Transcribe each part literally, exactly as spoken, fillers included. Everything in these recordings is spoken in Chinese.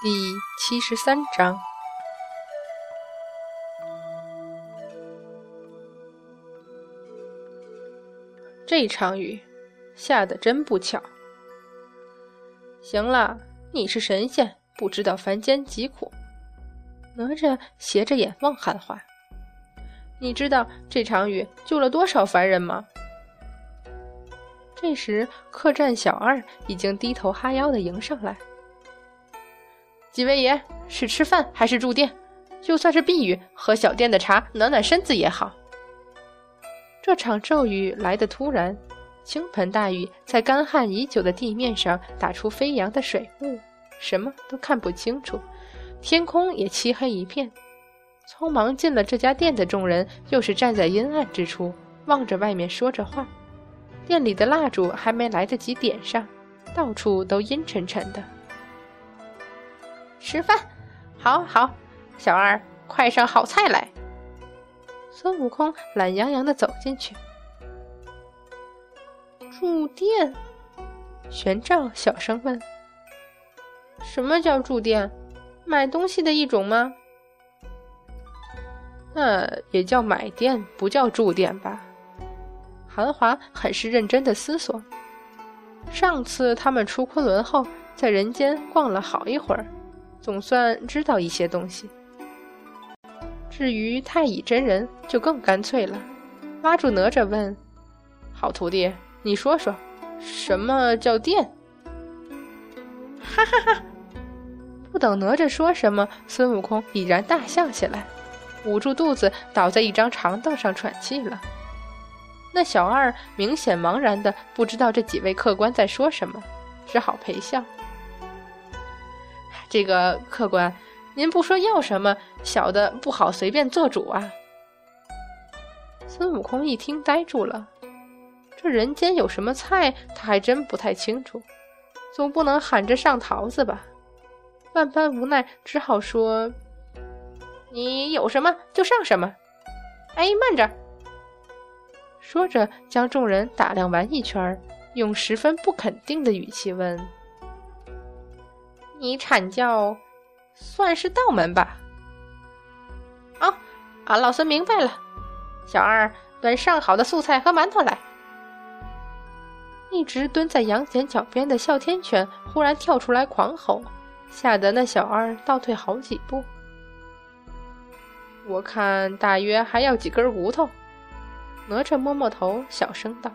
第七十三章。这场雨下得真不巧。行了，你是神仙，不知道凡间疾苦。哪吒斜着眼望韩华，你知道这场雨救了多少凡人吗？这时客栈小二已经低头哈腰地迎上来。几位爷，是吃饭还是住店？就算是避雨，喝小店的茶暖暖身子也好。这场骤雨来得突然，倾盆大雨在干旱已久的地面上打出飞扬的水雾，什么都看不清楚，天空也漆黑一片。匆忙进了这家店的众人又是站在阴暗之处，望着外面说着话。店里的蜡烛还没来得及点上，到处都阴沉沉的。吃饭，好好，小二，快上好菜来。孙悟空懒洋洋地走进去。住店？玄奘小声问。什么叫住店？买东西的一种吗？那也叫买店，不叫住店吧？韩华很是认真地思索。上次他们出昆仑后，在人间逛了好一会儿，总算知道一些东西。至于太乙真人就更干脆了，拉住哪吒问：好徒弟，你说说什么叫店？哈哈哈！不等哪吒说什么，孙悟空已然大笑起来，捂住肚子倒在一张长凳上喘气了。那小二明显茫然的不知道这几位客官在说什么，只好陪笑。这个客官，您不说要什么，小的不好随便做主啊。孙悟空一听呆住了，这人间有什么菜他还真不太清楚，总不能喊着上桃子吧。万般无奈，只好说：你有什么就上什么。哎，慢着！说着将众人打量完一圈，用十分不肯定的语气问：你阐教算是道门吧？哦，俺老孙明白了。小二，端上好的素菜和馒头来。一直蹲在杨戬脚边的哮天犬忽然跳出来狂吼，吓得那小二倒退好几步。我看大约还要几根骨头。哪吒摸摸头，小声道：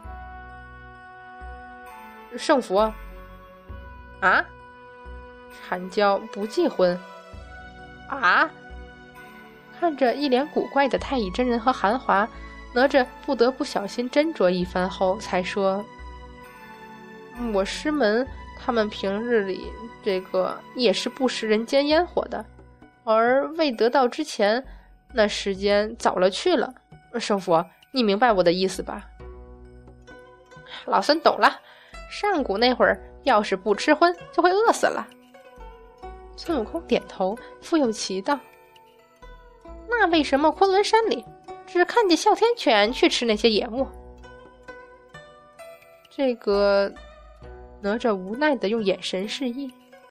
圣符啊？啊？阐教不忌荤啊？看着一脸古怪的太乙真人和韩华，哪吒不得不小心斟酌一番后才说：我师门他们平日里这个也是不食人间烟火的，而未得道之前，那时间早了去了。圣父，你明白我的意思吧？老孙懂了，上古那会儿要是不吃荤就会饿死了。孙悟空点头，复又奇道：那为什么昆仑山里只看见哮天犬去吃那些野物？这个哪吒无奈地用眼神示意。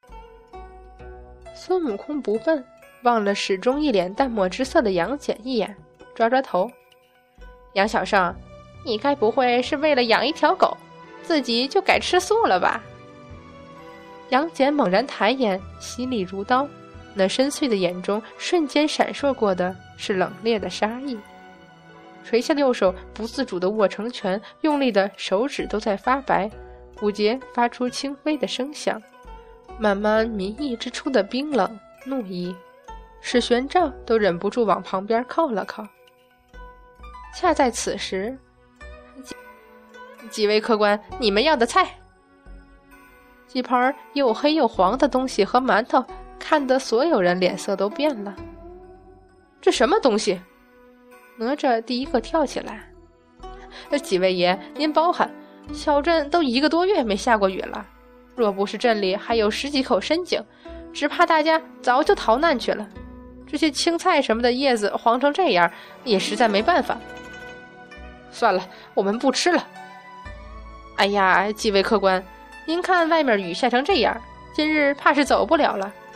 孙悟空不笨，望了始终一脸淡漠之色的杨戬一眼，抓抓头：杨小生，你该不会是为了养一条狗，自己就改吃素了吧？杨戬猛然抬眼，犀利如刀，那深邃的眼中瞬间闪烁过的是冷冽的杀意。垂下右手不自主地握成拳，用力的手指都在发白，骨节发出轻微的声响，慢慢迷意之初的冰冷怒意，使玄奘都忍不住往旁边靠了靠。恰在此时，几, 几位客官，你们要的菜。几盘又黑又黄的东西和馒头，看得所有人脸色都变了。这什么东西？哪吒第一个跳起来。几位爷，您包涵，小镇都一个多月没下过雨了，若不是镇里还有十几口深井，只怕大家早就逃难去了。这些青菜什么的叶子黄成这样，也实在没办法。算了，我们不吃了。哎呀，几位客官，您看外面雨下成这样，今日怕是走不了了，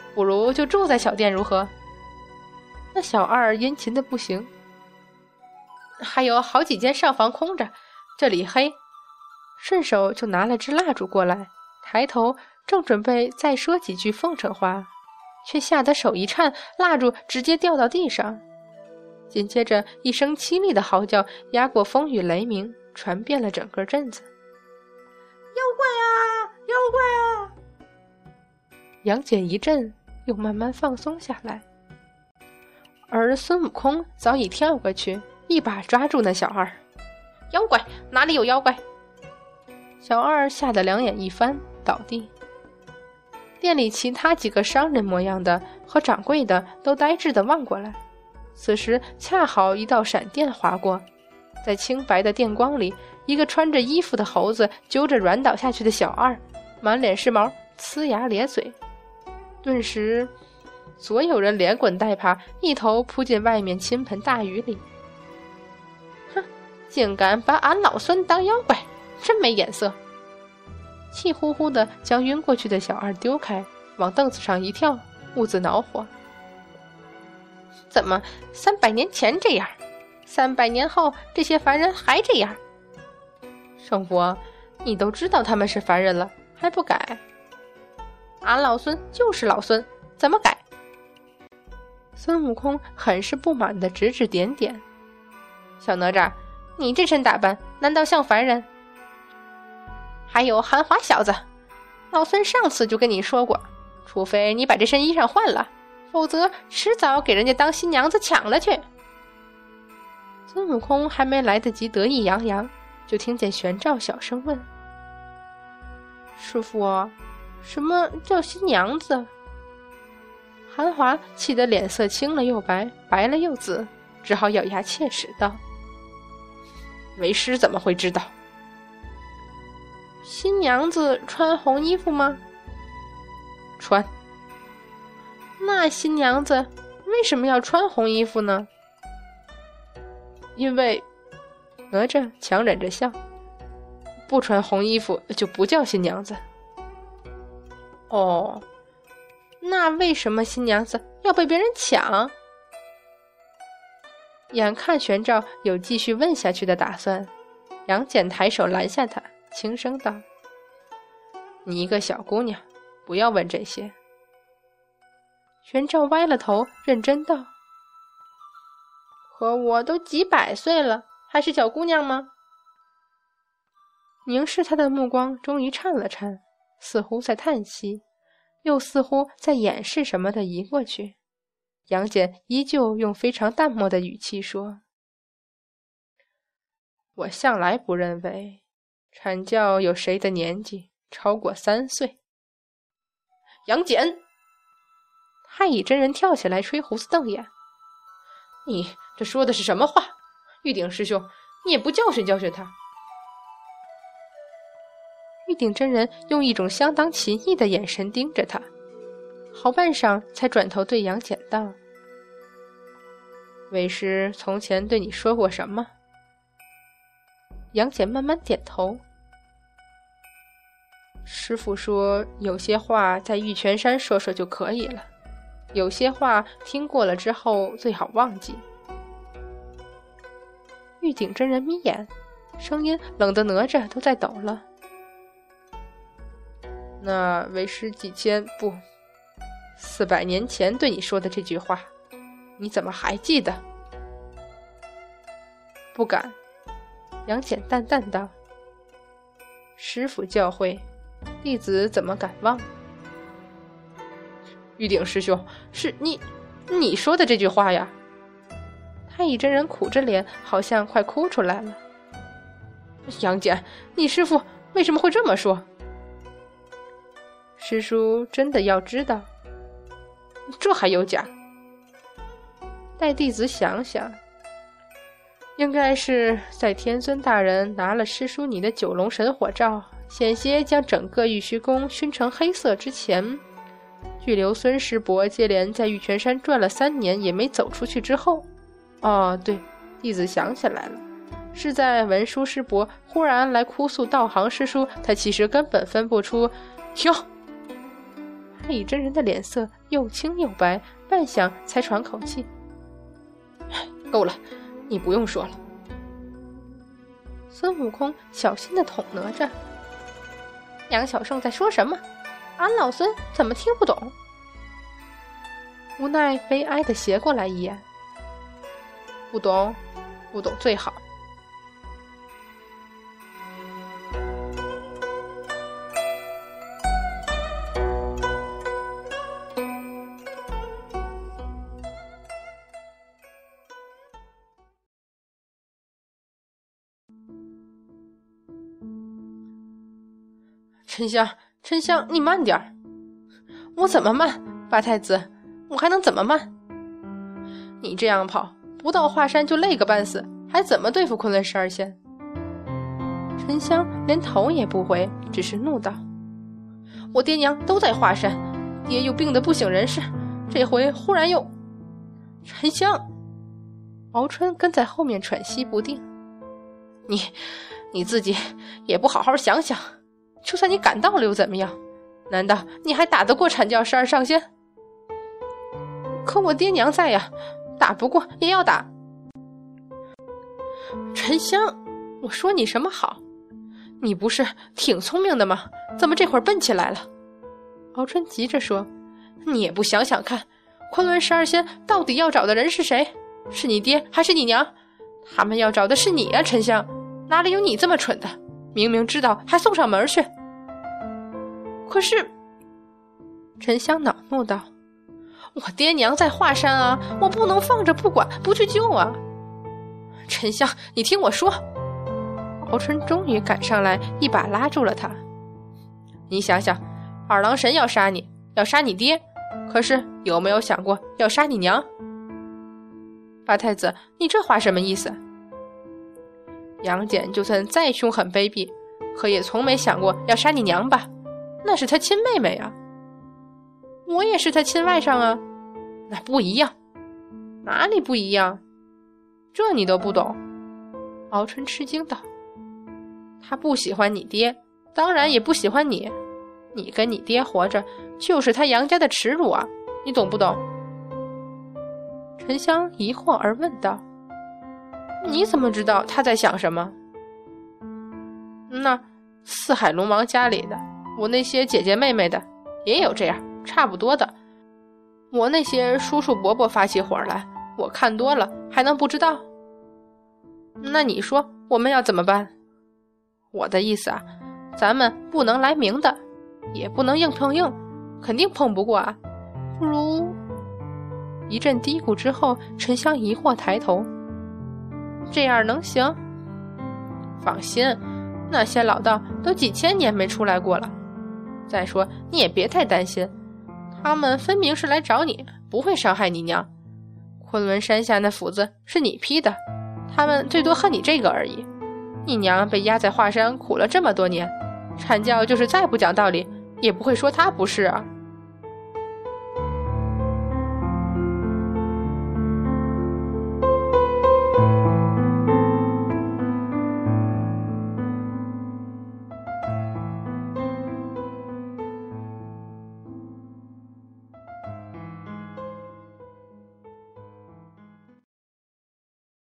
不如就住在小店如何？那小二殷勤的不行。还有好几间上房空着，这里黑。顺手就拿了支蜡烛过来，抬头正准备再说几句奉承话，却吓得手一颤，蜡烛直接掉到地上。紧接着一声凄厉的嚎叫压过风雨雷鸣，传遍了整个镇子。妖怪啊，妖怪啊！杨戬一震，又慢慢放松下来。而孙悟空早已跳过去，一把抓住那小二。妖怪，哪里有妖怪？小二吓得两眼一翻，倒地。店里其他几个商人模样的和掌柜的都呆滞地望过来。此时恰好一道闪电划过，在清白的电光里，一个穿着衣服的猴子揪着软倒下去的小二，满脸是毛，呲牙咧嘴。顿时所有人连滚带爬，一头扑进外面倾盆大雨里。哼，竟敢把俺老孙当妖怪，真没眼色！气呼呼地将晕过去的小二丢开，往凳子上一跳，兀自恼火。怎么三百年前这样，三百年后这些凡人还这样？圣伯，你都知道他们是凡人了，还不改？俺老孙就是老孙，怎么改？孙悟空很是不满地指指点点。小哪吒，你这身打扮难道像凡人？还有韩华小子，老孙上次就跟你说过，除非你把这身衣裳换了，否则迟早给人家当新娘子抢了去。孙悟空还没来得及得意洋洋，就听见玄照小声问：师父，什么叫新娘子？韩华气得脸色青了又白，白了又紫，只好咬牙切齿道：为师怎么会知道？新娘子穿红衣服吗？穿。那新娘子为什么要穿红衣服呢？因为哪吒强忍着笑，不穿红衣服就不叫新娘子。哦，那为什么新娘子要被别人抢？眼看玄照有继续问下去的打算，杨戬抬手拦下他，轻声道：你一个小姑娘，不要问这些。玄照歪了头，认真道：可我都几百岁了，还是小姑娘吗？凝视他的目光终于颤了颤，似乎在叹息，又似乎在掩饰什么的移过去。杨戬依旧用非常淡漠的语气说：我向来不认为阐教有谁的年纪超过三岁。杨戬！太乙真人跳起来，吹胡子瞪眼：你这说的是什么话？玉鼎师兄，你也不教训教训他。玉鼎真人用一种相当奇异的眼神盯着他，好半晌才转头对杨戬道：为师从前对你说过什么？杨戬慢慢点头。师父说有些话在玉泉山说说就可以了，有些话听过了之后最好忘记。玉鼎真人眯眼，声音冷得哪吒都在抖了。那为师几千不四百年前对你说的这句话，你怎么还记得？不敢。杨戬淡淡道：师父教诲，弟子怎么敢忘？玉鼎师兄，是你你说的这句话呀？太乙真人苦着脸，好像快哭出来了。杨戬，你师父为什么会这么说？师叔真的要知道？这还有假？待弟子想想，应该是在天尊大人拿了师叔你的九龙神火罩，险些将整个玉虚宫熏成黑色之前，巨流孙师伯接连在玉泉山转了三年也没走出去之后。哦，对，弟子想起来了，是在文殊师伯忽然来哭诉道行师叔他其实根本分不出。哟， 太乙真人的脸色又青又白，半晌才喘口气。够了，你不用说了。孙悟空小心地捅哪吒。杨小胜在说什么？俺老孙怎么听不懂？无奈悲哀地斜过来一眼。不懂，不懂最好。沉香，沉香，你慢点儿。我怎么慢？八太子，我还能怎么慢？你这样跑，不到华山就累个半死，还怎么对付昆仑十二仙？沉香连头也不回，只是怒道：我爹娘都在华山，爹又病得不省人事，这回忽然又……沉香！敖春跟在后面喘息不定。你，你自己也不好好想想。就算你赶到了又怎么样？难道你还打得过阐教十二上仙？可我爹娘在呀，打不过也要打。沉香，我说你什么好？你不是挺聪明的吗？怎么这会儿笨起来了？敖春急着说，你也不想想看，昆仑十二仙到底要找的人是谁？是你爹还是你娘？他们要找的是你呀，沉香，哪里有你这么蠢的？明明知道还送上门去。可是沉香恼怒道，我爹娘在华山啊，我不能放着不管不去救啊。沉香，你听我说。敖春终于赶上来，一把拉住了他。你想想，二郎神要杀你，要杀你爹，可是有没有想过要杀你娘？八太子，你这话什么意思？杨戬就算再凶狠卑鄙，可也从没想过要杀你娘吧？那是他亲妹妹啊。我也是他亲外甥啊。那不一样。哪里不一样？这你都不懂？敖春吃惊道。他不喜欢你爹，当然也不喜欢你。你跟你爹活着，就是他杨家的耻辱啊，你懂不懂？沉香疑惑而问道。你怎么知道他在想什么？那四海龙王家里的，我那些姐姐妹妹的也有这样差不多的。我那些叔叔伯伯发起火来，我看多了还能不知道？那你说我们要怎么办？我的意思啊，咱们不能来明的，也不能硬碰硬，肯定碰不过啊。不如……一阵嘀咕之后，沉香疑惑抬头。这样能行？放心，那些老道都几千年没出来过了。再说你也别太担心，他们分明是来找你，不会伤害你娘。昆仑山下那斧子是你劈的，他们最多恨你这个而已。你娘被压在华山苦了这么多年，阐教就是再不讲道理，也不会说他不是啊。